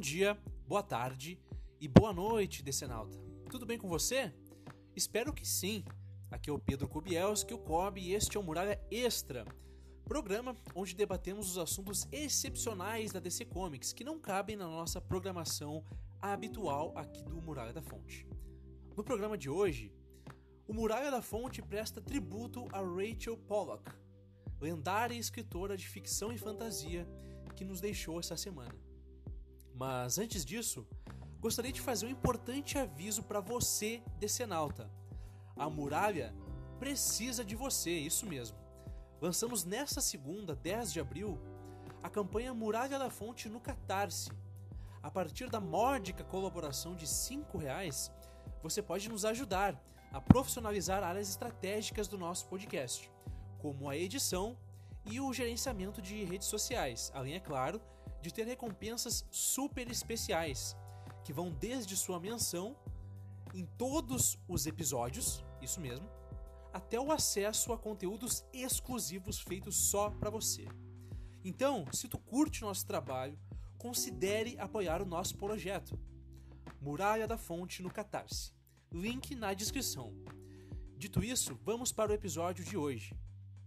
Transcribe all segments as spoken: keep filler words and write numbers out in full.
dia, boa tarde e boa noite, decenalta. Tudo bem com você? Espero que sim. Aqui é o Pedro Kubielski, o Kobe, e este é o Muralha Extra, programa onde debatemos os assuntos excepcionais da D C Comics que não cabem na nossa programação habitual aqui do Muralha da Fonte. No programa de hoje, o Muralha da Fonte presta tributo a Rachel Pollack, lendária escritora de ficção e fantasia que nos deixou essa semana. Mas antes disso, gostaria de fazer um importante aviso para você, decenalta. A Muralha precisa de você, isso mesmo. Lançamos nesta segunda, dez de abril, a campanha Muralha da Fonte no Catarse. A partir da módica colaboração de cinco reais, você pode nos ajudar a profissionalizar áreas estratégicas do nosso podcast, como a edição e o gerenciamento de redes sociais, além, é claro, de ter recompensas super especiais, que vão desde sua menção em todos os episódios, isso mesmo, até o acesso a conteúdos exclusivos feitos só para você. Então, se tu curte nosso trabalho, considere apoiar o nosso projeto. Muralha da Fonte no Catarse. Link na descrição. Dito isso, vamos para o episódio de hoje.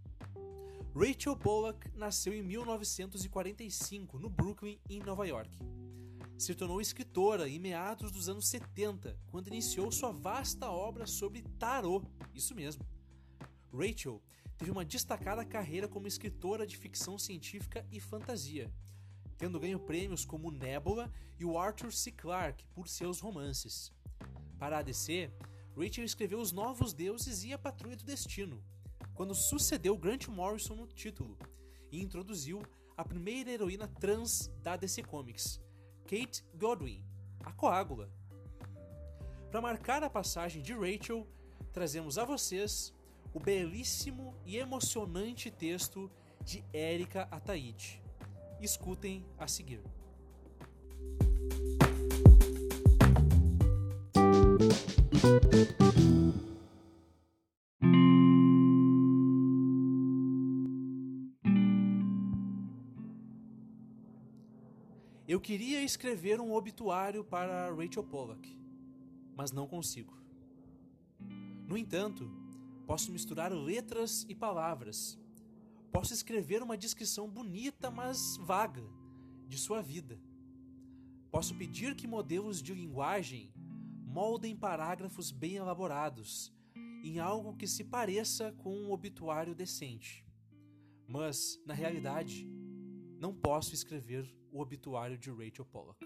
Rachel Pollack nasceu em mil novecentos e quarenta e cinco, no Brooklyn, em Nova York. Se tornou escritora em meados dos anos setenta, quando iniciou sua vasta obra sobre tarô, isso mesmo. Rachel teve uma destacada carreira como escritora de ficção científica e fantasia, tendo ganho prêmios como o Nebula e o Arthur C. Clarke por seus romances. Para a D C, Rachel escreveu Os Novos Deuses e A Patrulha do Destino, quando sucedeu Grant Morrison no título e introduziu a primeira heroína trans da D C Comics, Kate Godwin, a Coágula. Para marcar a passagem de Rachel, trazemos a vocês o belíssimo e emocionante texto de Erika Ataide. Escutem a seguir. Eu queria escrever um obituário para Rachel Pollack, mas não consigo. No entanto, posso misturar letras e palavras. Posso escrever uma descrição bonita, mas vaga, de sua vida. Posso pedir que modelos de linguagem moldem parágrafos bem elaborados, em algo que se pareça com um obituário decente. Mas, na realidade, não posso escrever o obituário de Rachel Pollack.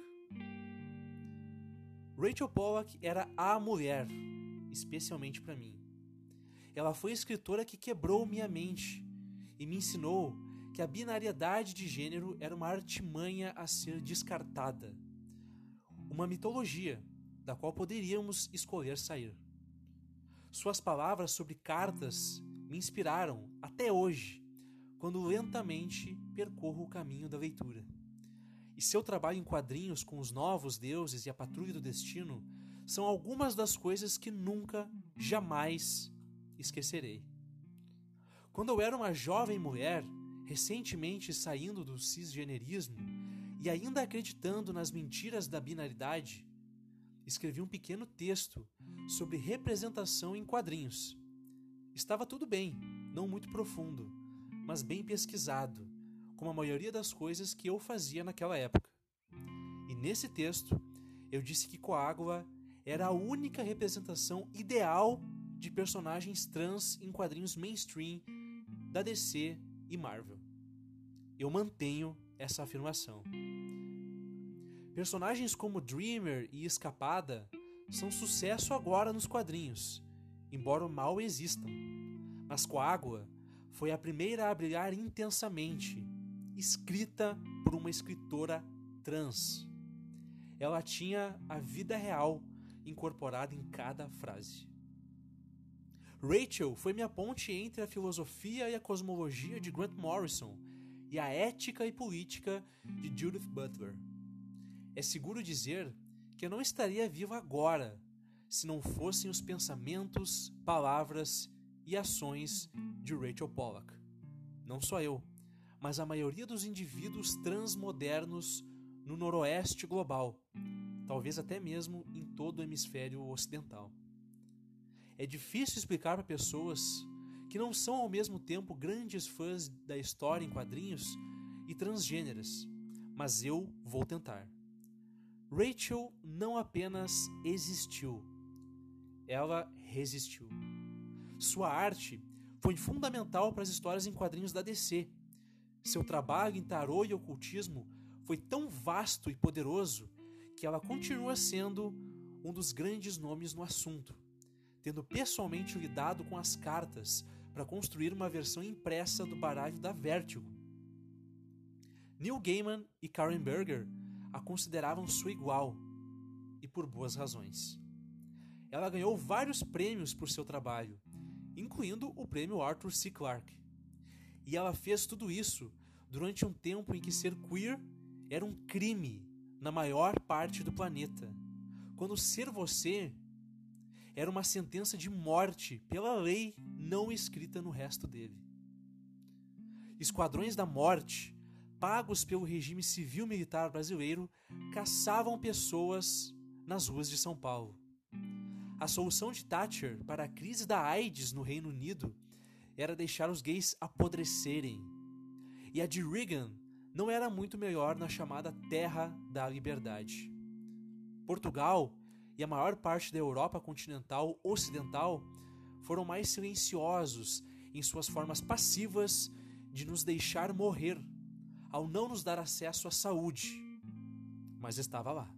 Rachel Pollack era a mulher, especialmente para mim. Ela foi a escritora que quebrou minha mente e me ensinou que a binariedade de gênero era uma artimanha a ser descartada, uma mitologia da qual poderíamos escolher sair. Suas palavras sobre cartas me inspiraram até hoje, quando lentamente percorro o caminho da leitura. E seu trabalho em quadrinhos com Os Novos Deuses e A Patrulha do Destino são algumas das coisas que nunca, jamais esquecerei. Quando eu era uma jovem mulher, recentemente saindo do cisgenerismo e ainda acreditando nas mentiras da binaridade, escrevi um pequeno texto sobre representação em quadrinhos. Estava tudo bem, não muito profundo, mas bem pesquisado, como a maioria das coisas que eu fazia naquela época. E nesse texto, eu disse que Coágula era a única representação ideal de personagens trans em quadrinhos mainstream da D C e Marvel. Eu mantenho essa afirmação. Personagens como Dreamer e Escapada são sucesso agora nos quadrinhos, embora mal existam. Mas Coágula foi a primeira a brilhar intensamente, escrita por uma escritora trans. Ela tinha a vida real incorporada em cada frase. Rachel foi minha ponte entre a filosofia e a cosmologia de Grant Morrison e a ética e política de Judith Butler. É seguro dizer que eu não estaria vivo agora se não fossem os pensamentos, palavras e ações de Rachel Pollack. Não só eu, mas a maioria dos indivíduos transmodernos no noroeste global, talvez até mesmo em todo o hemisfério ocidental. É difícil explicar para pessoas que não são ao mesmo tempo grandes fãs da história em quadrinhos e transgêneras, mas eu vou tentar. Rachel não apenas existiu, ela resistiu. Sua arte foi fundamental para as histórias em quadrinhos da D C. Seu trabalho em tarô e ocultismo foi tão vasto e poderoso que ela continua sendo um dos grandes nomes no assunto, tendo pessoalmente lidado com as cartas para construir uma versão impressa do baralho da Vértigo. Neil Gaiman e Karen Berger a consideravam sua igual, e por boas razões. Ela ganhou vários prêmios por seu trabalho, incluindo o prêmio Arthur C. Clarke. E ela fez tudo isso durante um tempo em que ser queer era um crime na maior parte do planeta, quando ser você era uma sentença de morte pela lei não escrita no resto dele. Esquadrões da morte, pagos pelo regime civil-militar brasileiro, caçavam pessoas nas ruas de São Paulo. A solução de Thatcher para a crise da AIDS no Reino Unido era deixar os gays apodrecerem. E a de Reagan não era muito melhor na chamada Terra da Liberdade. Portugal e a maior parte da Europa continental ocidental foram mais silenciosos em suas formas passivas de nos deixar morrer, ao não nos dar acesso à saúde. Mas estava lá.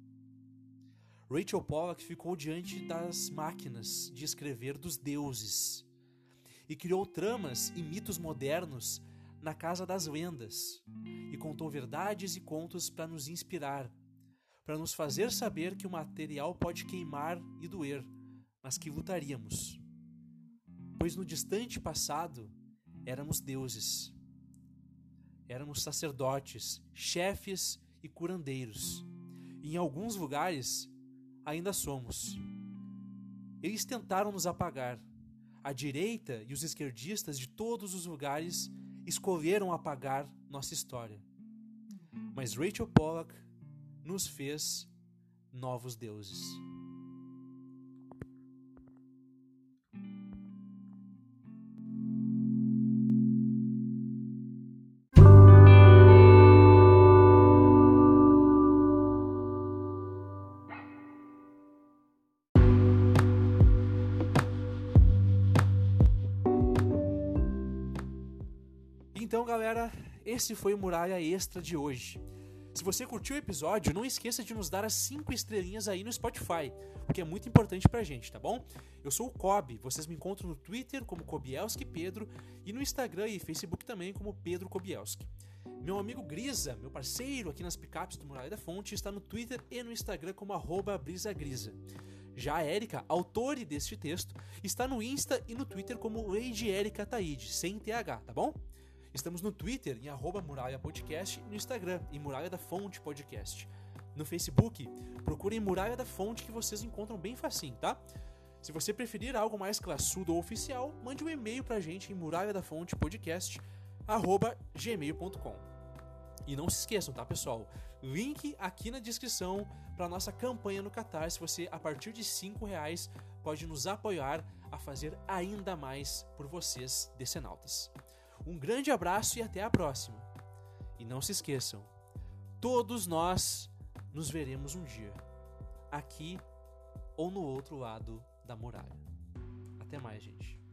Rachel Pollack ficou diante das máquinas de escrever dos deuses e criou tramas e mitos modernos na Casa das Lendas e contou verdades e contos para nos inspirar, para nos fazer saber que o material pode queimar e doer, mas que lutaríamos. Pois no distante passado éramos deuses. Éramos sacerdotes, chefes e curandeiros. E em alguns lugares ainda somos. Eles tentaram nos apagar. A direita e os esquerdistas de todos os lugares escolheram apagar nossa história. Mas Rachel Pollack nos fez novos deuses. Então, galera, esse foi o Muralha Extra de hoje. Se você curtiu o episódio, não esqueça de nos dar as cinco estrelinhas aí no Spotify, porque é muito importante pra gente, tá bom? Eu sou o Kobe, vocês me encontram no Twitter como Kobielski Pedro e no Instagram e Facebook também como Pedro Kobielski. Meu amigo Grisa, meu parceiro aqui nas picapes do Muralha da Fonte, está no Twitter e no Instagram como arroba brisagrisa. Já a Érica, autora deste texto, está no Insta e no Twitter como Lady Érica Taide, sem T H, tá bom? Estamos no Twitter em arroba Muralha Podcast e no Instagram em Muralha da Fonte Podcast. No Facebook, procurem Muralha da Fonte que vocês encontram bem facinho, tá? Se você preferir algo mais classudo ou oficial, mande um e-mail pra gente em muralha da fonte podcast arroba gmail ponto com. E não se esqueçam, tá, pessoal? Link aqui na descrição para nossa campanha no Catarse. Você, a partir de cinco reais, pode nos apoiar a fazer ainda mais por vocês, decenautas. Um grande abraço e até a próxima. E não se esqueçam, todos nós nos veremos um dia, aqui ou no outro lado da muralha. Até mais, gente.